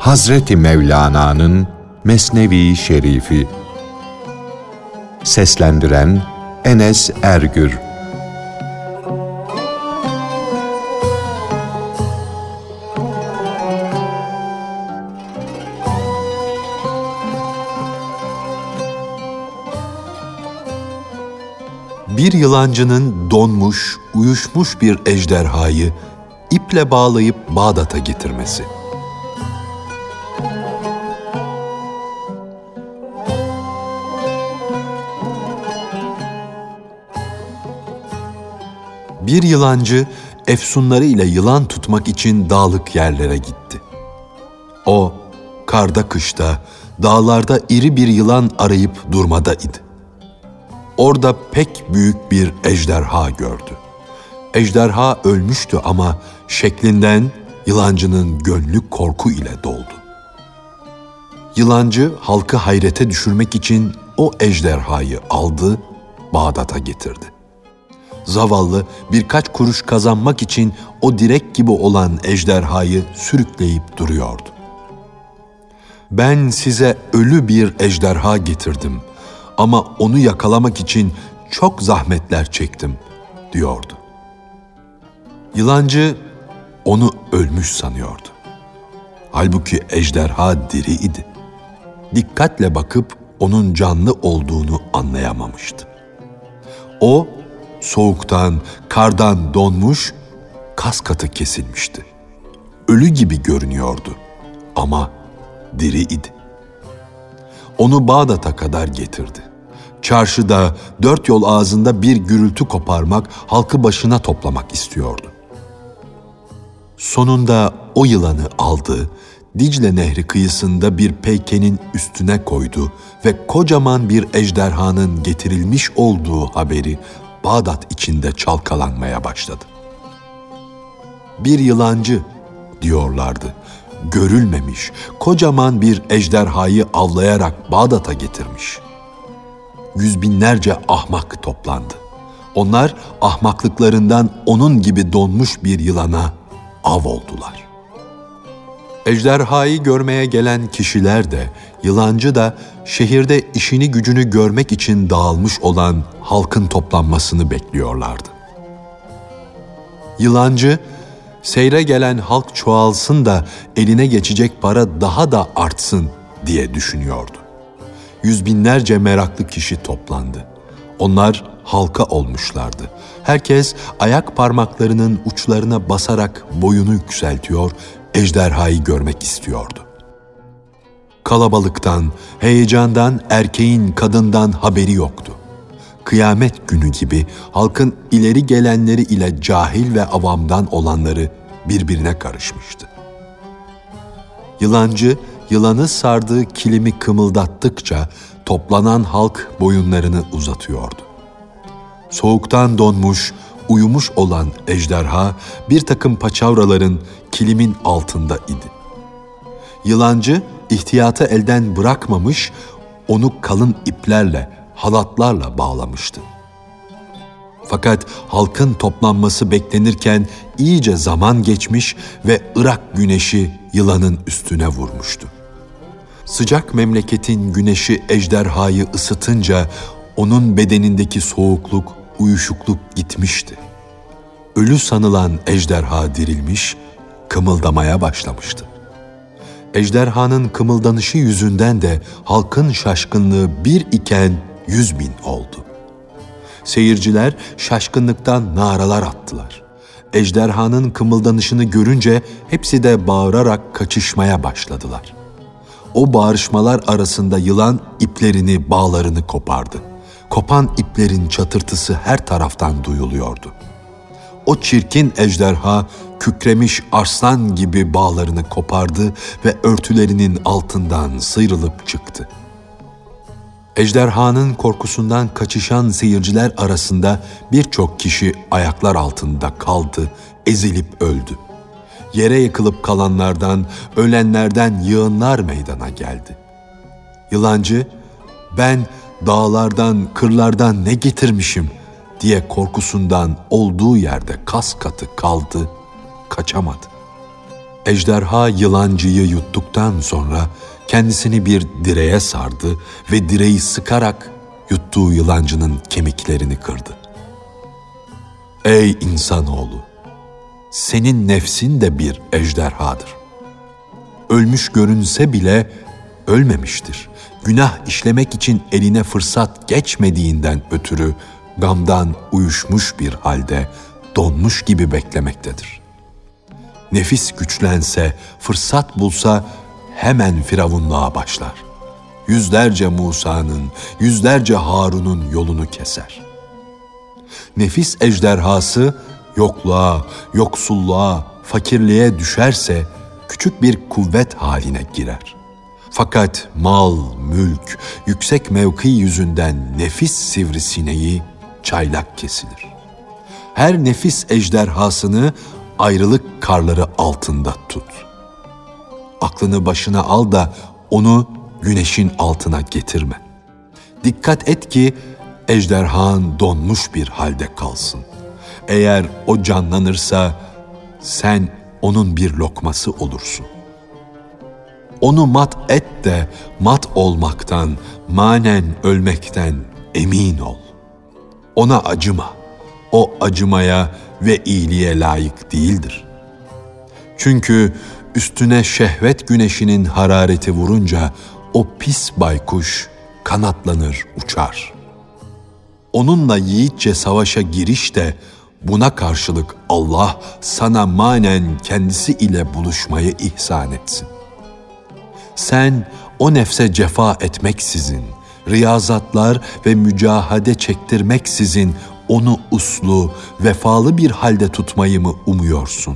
Hazreti Mevlana'nın Mesnevi Şerifi. Seslendiren Enes Ergür. Bir yılancının donmuş, uyuşmuş bir ejderhayı iple bağlayıp Bağdat'a getirmesi. Bir yılancı efsunları ile yılan tutmak için dağlık yerlere gitti. O, karda kışta, dağlarda iri bir yılan arayıp durmada idi. Orada pek büyük bir ejderha gördü. Ejderha ölmüştü ama şeklinden yılancının gönlü korku ile doldu. Yılancı halkı hayrete düşürmek için o ejderhayı aldı, Bağdat'a getirdi. Zavallı birkaç kuruş kazanmak için o direk gibi olan ejderhayı sürükleyip duruyordu. "Ben size ölü bir ejderha getirdim ama onu yakalamak için çok zahmetler çektim," diyordu. Yılancı onu ölmüş sanıyordu. Halbuki ejderha diri idi. Dikkatle bakıp onun canlı olduğunu anlayamamıştı. O, soğuktan, kardan donmuş, kas katı kesilmişti. Ölü gibi görünüyordu ama diri idi. Onu Bağdat'a kadar getirdi. Çarşıda, dört yol ağzında bir gürültü koparmak, halkı başına toplamak istiyordu. Sonunda o yılanı aldı, Dicle Nehri kıyısında bir peykenin üstüne koydu ve kocaman bir ejderhanın getirilmiş olduğu haberi Bağdat içinde çalkalanmaya başladı. "Bir yılancı," diyorlardı, "görülmemiş, kocaman bir ejderhayı avlayarak Bağdat'a getirmiş." Yüz binlerce ahmak toplandı. Onlar ahmaklıklarından onun gibi donmuş bir yılana av oldular. Ejderhayı görmeye gelen kişiler de, yılancı da şehirde işini gücünü görmek için dağılmış olan halkın toplanmasını bekliyorlardı. Yılancı, seyre gelen halk çoğalsın da eline geçecek para daha da artsın diye düşünüyordu. Yüz binlerce meraklı kişi toplandı. Onlar halka olmuşlardı. Herkes ayak parmaklarının uçlarına basarak boyunu yükseltiyor, ejderhayı görmek istiyordu. Kalabalıktan, heyecandan erkeğin kadından haberi yoktu. Kıyamet günü gibi halkın ileri gelenleri ile cahil ve avamdan olanları birbirine karışmıştı. Yılancı, yılanı sardığı kilimi kımıldattıkça toplanan halk boyunlarını uzatıyordu. Soğuktan donmuş, uyumuş olan ejderha bir takım paçavraların kilimin altında idi. Yılancı ihtiyatı elden bırakmamış, onu kalın iplerle, halatlarla bağlamıştı. Fakat halkın toplanması beklenirken iyice zaman geçmiş ve Irak güneşi yılanın üstüne vurmuştu. Sıcak memleketin güneşi ejderhayı ısıtınca onun bedenindeki soğukluk, uyuşukluk gitmişti. Ölü sanılan ejderha dirilmiş, kımıldamaya başlamıştı. Ejderhanın kımıldanışı yüzünden de halkın şaşkınlığı bir iken 100.000 oldu. Seyirciler şaşkınlıktan naralar attılar. Ejderhanın kımıldanışını görünce hepsi de bağırarak kaçışmaya başladılar. O bağırışmalar arasında yılan iplerini, bağlarını kopardı. Kopan iplerin çatırtısı her taraftan duyuluyordu. O çirkin ejderha kükremiş arslan gibi bağlarını kopardı ve örtülerinin altından sıyrılıp çıktı. Ejderhanın korkusundan kaçışan seyirciler arasında birçok kişi ayaklar altında kaldı, ezilip öldü. Yere yıkılıp kalanlardan, ölenlerden yığınlar meydana geldi. Yılancı, "Ben dağlardan, kırlardan ne getirmişim?" diye korkusundan olduğu yerde kas katı kaldı, kaçamadı. Ejderha yılancıyı yuttuktan sonra kendisini bir direğe sardı ve direği sıkarak yuttuğu yılancının kemiklerini kırdı. Ey insanoğlu! Senin nefsin de bir ejderhadır. Ölmüş görünse bile ölmemiştir. Günah işlemek için eline fırsat geçmediğinden ötürü gamdan uyuşmuş bir halde donmuş gibi beklemektedir. Nefis güçlense, fırsat bulsa hemen firavunluğa başlar. Yüzlerce Musa'nın, yüzlerce Harun'un yolunu keser. Nefis ejderhası yokluğa, yoksulluğa, fakirliğe düşerse küçük bir kuvvet haline girer. Fakat mal, mülk, yüksek mevki yüzünden nefis sivrisineği çaylak kesilir. Her nefis ejderhasını ayrılık karları altında tut. Aklını başına al da onu güneşin altına getirme. Dikkat et ki ejderhan donmuş bir halde kalsın. Eğer o canlanırsa sen onun bir lokması olursun. Onu mat et de mat olmaktan, manen ölmekten emin ol. Ona acıma. O acımaya ve iyiliğe layık değildir. Çünkü üstüne şehvet güneşinin harareti vurunca o pis baykuş kanatlanır, uçar. Onunla yiğitçe savaşa giriş de buna karşılık Allah sana manen kendisi ile buluşmayı ihsan etsin. Sen o nefse cefa etmeksizin, riyazatlar ve mücahade çektirmeksizin onu uslu, vefalı bir halde tutmayı mı umuyorsun?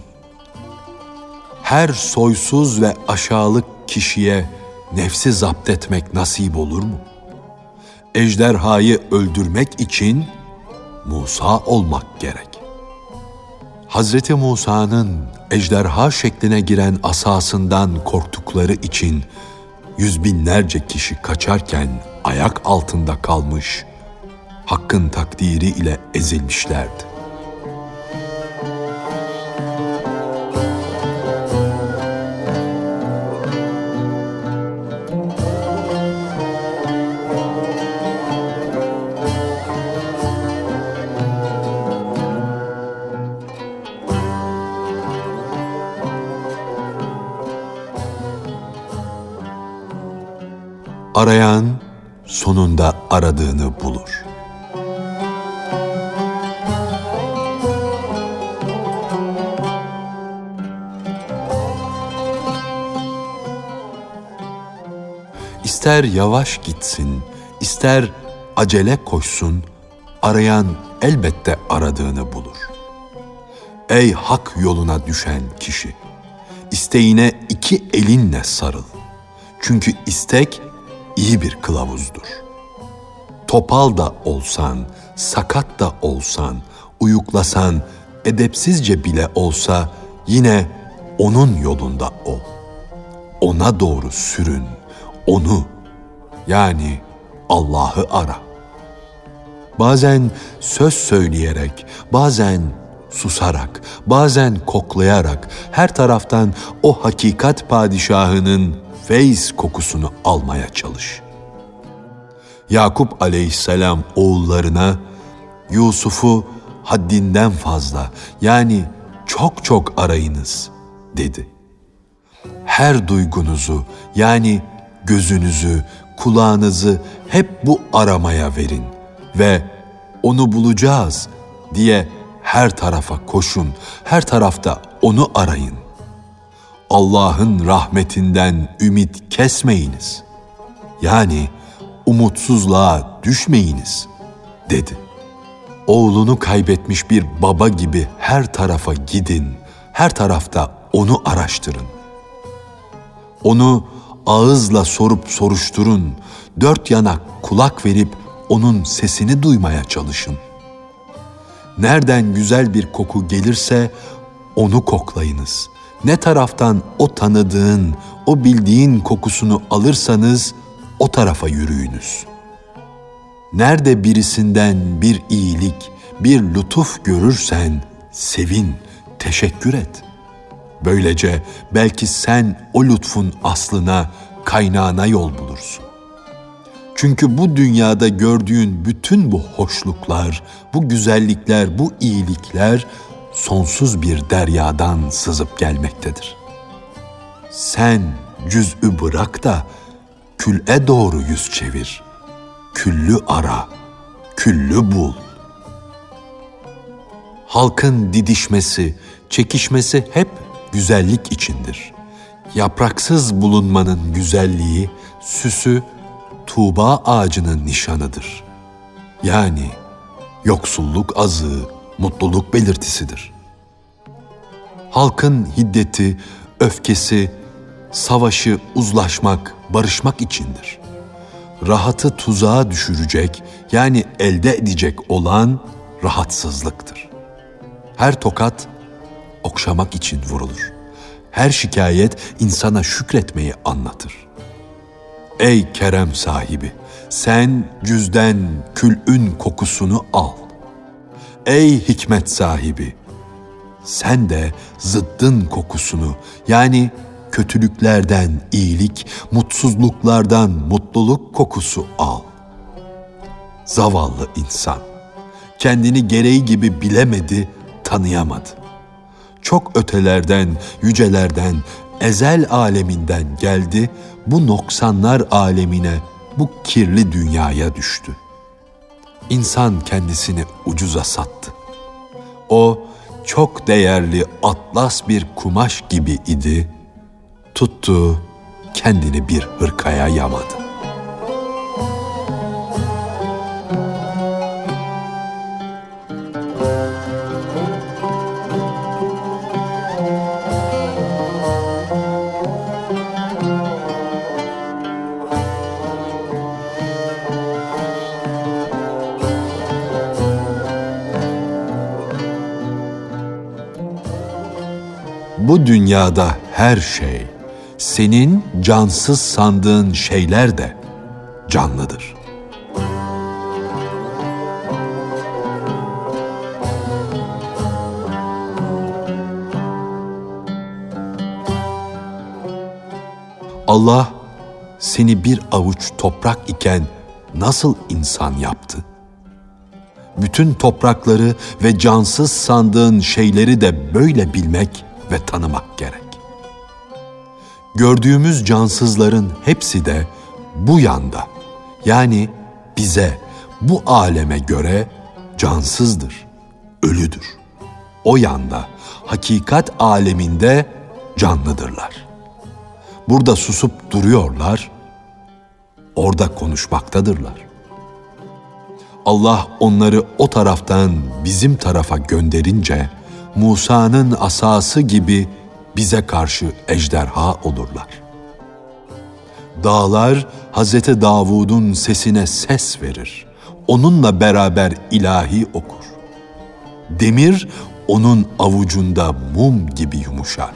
Her soysuz ve aşağılık kişiye nefsi zapt etmek nasip olur mu? Ejderhayı öldürmek için Musa olmak gerek. Hazreti Musa'nın ejderha şekline giren asasından korktukları için yüz binlerce kişi kaçarken ayak altında kalmış, Hakk'ın takdiri ile ezilmişlerdi. Arayan sonunda aradığını bulur. İster yavaş gitsin, ister acele koşsun, arayan elbette aradığını bulur. Ey hak yoluna düşen kişi, isteğine iki elinle sarıl. Çünkü istek iyi bir kılavuzdur. Topal da olsan, sakat da olsan, uyuklasan, edepsizce bile olsa yine onun yolunda ol. Ona doğru sürün, onu, yani Allah'ı ara. Bazen söz söyleyerek, bazen susarak, bazen koklayarak her taraftan o hakikat padişahının feyz kokusunu almaya çalış. Yakup aleyhisselam oğullarına Yusuf'u haddinden fazla, yani çok çok arayınız dedi. Her duygunuzu, yani gözünüzü, kulağınızı hep bu aramaya verin ve onu bulacağız diye her tarafa koşun, her tarafta onu arayın. Allah'ın rahmetinden ümit kesmeyiniz. Yani umutsuzluğa düşmeyiniz, dedi. Oğlunu kaybetmiş bir baba gibi her tarafa gidin, her tarafta onu araştırın. Onu ağızla sorup soruşturun, dört yana kulak verip onun sesini duymaya çalışın. Nereden güzel bir koku gelirse onu koklayınız. Ne taraftan o tanıdığın, o bildiğin kokusunu alırsanız o tarafa yürüyünüz. Nerede birisinden bir iyilik, bir lütuf görürsen sevin, teşekkür et. Böylece belki sen o lütfun aslına, kaynağına yol bulursun. Çünkü bu dünyada gördüğün bütün bu hoşluklar, bu güzellikler, bu iyilikler sonsuz bir deryadan sızıp gelmektedir. Sen cüz'ü bırak da kül'e doğru yüz çevir. Küllü ara, küllü bul. Halkın didişmesi, çekişmesi hep güzellik içindir. Yapraksız bulunmanın güzelliği, süsü, Tuğba ağacının nişanıdır. Yani yoksulluk azığı, mutluluk belirtisidir. Halkın hiddeti, öfkesi, savaşı uzlaşmak, barışmak içindir. Rahatı tuzağa düşürecek, yani elde edecek olan rahatsızlıktır. Her tokat okşamak için vurulur. Her şikayet insana şükretmeyi anlatır. Ey kerem sahibi, sen cüzden kül'ün kokusunu al. Ey hikmet sahibi, sen de zıddın kokusunu, yani kötülüklerden iyilik, mutsuzluklardan mutluluk kokusu al. Zavallı insan, kendini gereği gibi bilemedi, tanıyamadı. Çok ötelerden, yücelerden, ezel aleminden geldi, bu noksanlar alemine, bu kirli dünyaya düştü. İnsan kendisini ucuza sattı. O çok değerli atlas bir kumaş gibi idi, tuttu, kendini bir hırkaya yamadı. Bu dünyada her şey, senin cansız sandığın şeyler de canlıdır. Allah seni bir avuç toprak iken nasıl insan yaptı? Bütün toprakları ve cansız sandığın şeyleri de böyle bilmek ve tanımak gerek. Gördüğümüz cansızların hepsi de bu yanda, yani bize, bu aleme göre cansızdır, ölüdür. O yanda, hakikat aleminde canlıdırlar. Burada susup duruyorlar, orada konuşmaktadırlar. Allah onları o taraftan bizim tarafa gönderince, Musa'nın asası gibi bize karşı ejderha olurlar. Dağlar Hazreti Davud'un sesine ses verir. Onunla beraber ilahi okur. Demir onun avucunda mum gibi yumuşar.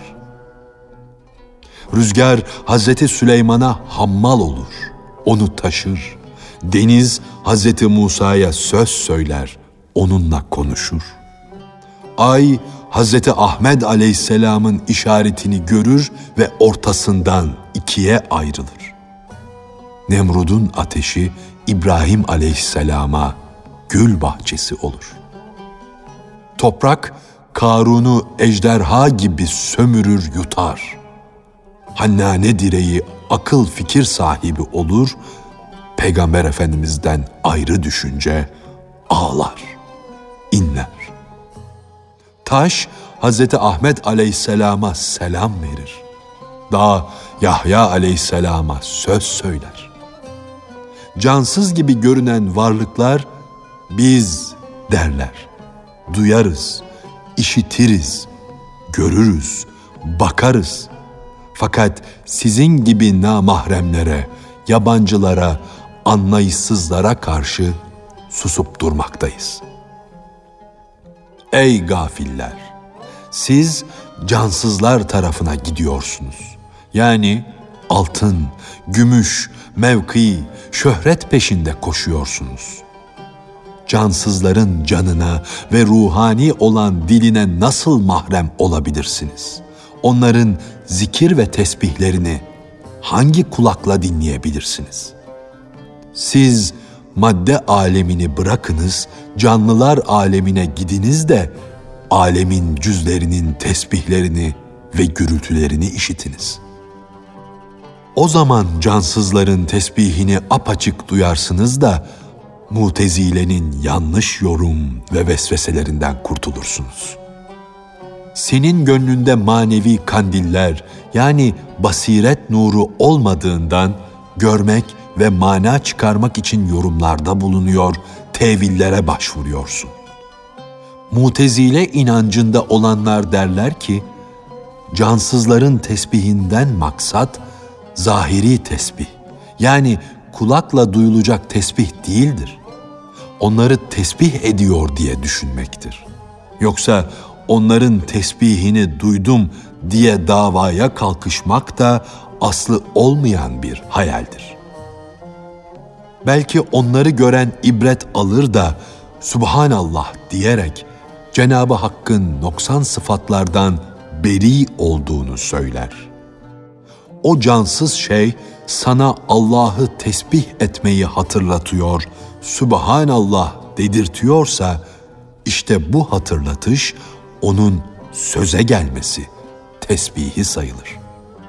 Rüzgar Hazreti Süleyman'a hammal olur. Onu taşır. Deniz Hazreti Musa'ya söz söyler. Onunla konuşur. Ay, Hazreti Ahmed Aleyhisselam'ın işaretini görür ve ortasından ikiye ayrılır. Nemrud'un ateşi İbrahim Aleyhisselam'a gül bahçesi olur. Toprak, Karun'u ejderha gibi sömürür yutar. Hannane direği akıl fikir sahibi olur, Peygamber Efendimiz'den ayrı düşünce ağlar, inler. Taş, Hazreti Ahmet Aleyhisselam'a selam verir. Dağ, Yahya Aleyhisselam'a söz söyler. Cansız gibi görünen varlıklar, biz derler. Duyarız, işitiriz, görürüz, bakarız. Fakat sizin gibi namahremlere, yabancılara, anlayışsızlara karşı susup durmaktayız. Ey gafiller! Siz cansızlar tarafına gidiyorsunuz. Yani altın, gümüş, mevki, şöhret peşinde koşuyorsunuz. Cansızların canına ve ruhani olan diline nasıl mahrem olabilirsiniz? Onların zikir ve tesbihlerini hangi kulakla dinleyebilirsiniz? Siz madde alemini bırakınız, canlılar alemine gidiniz de alemin cüzlerinin tesbihlerini ve gürültülerini işitiniz. O zaman cansızların tesbihini apaçık duyarsınız da Mutezile'nin yanlış yorum ve vesveselerinden kurtulursunuz. Senin gönlünde manevi kandiller yani basiret nuru olmadığından görmek ve mana çıkarmak için yorumlarda bulunuyor, tevillere başvuruyorsun. Mutezile inancında olanlar derler ki, cansızların tesbihinden maksat zahiri tesbih, yani kulakla duyulacak tesbih değildir. Onları tesbih ediyor diye düşünmektir. Yoksa onların tesbihini duydum diye davaya kalkışmak da aslı olmayan bir hayaldir. Belki onları gören ibret alır da Subhanallah diyerek Cenab-ı Hakk'ın noksan sıfatlardan beri olduğunu söyler. O cansız şey sana Allah'ı tesbih etmeyi hatırlatıyor, Subhanallah dedirtiyorsa, işte bu hatırlatış onun söze gelmesi, tesbihi sayılır.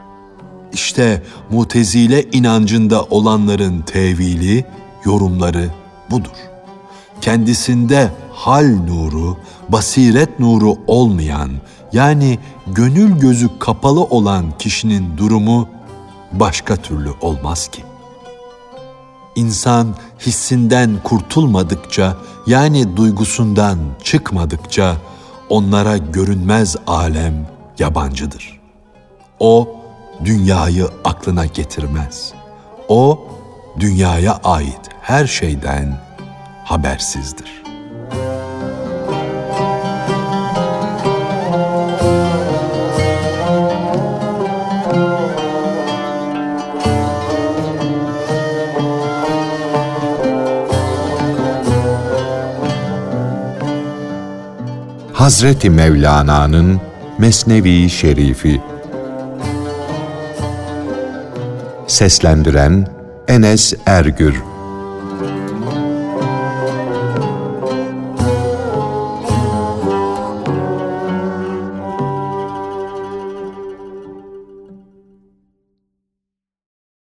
İşte Mutezile inancında olanların tevili, yorumları budur. Kendisinde hal nuru, basiret nuru olmayan, yani gönül gözü kapalı olan kişinin durumu başka türlü olmaz ki. İnsan hissinden kurtulmadıkça, yani duygusundan çıkmadıkça onlara görünmez alem yabancıdır. O dünyayı aklına getirmez. O dünyaya ait her şeyden habersizdir. Hazreti Mevlana'nın Mesnevi Şerifi. Seslendiren Enes Ergür.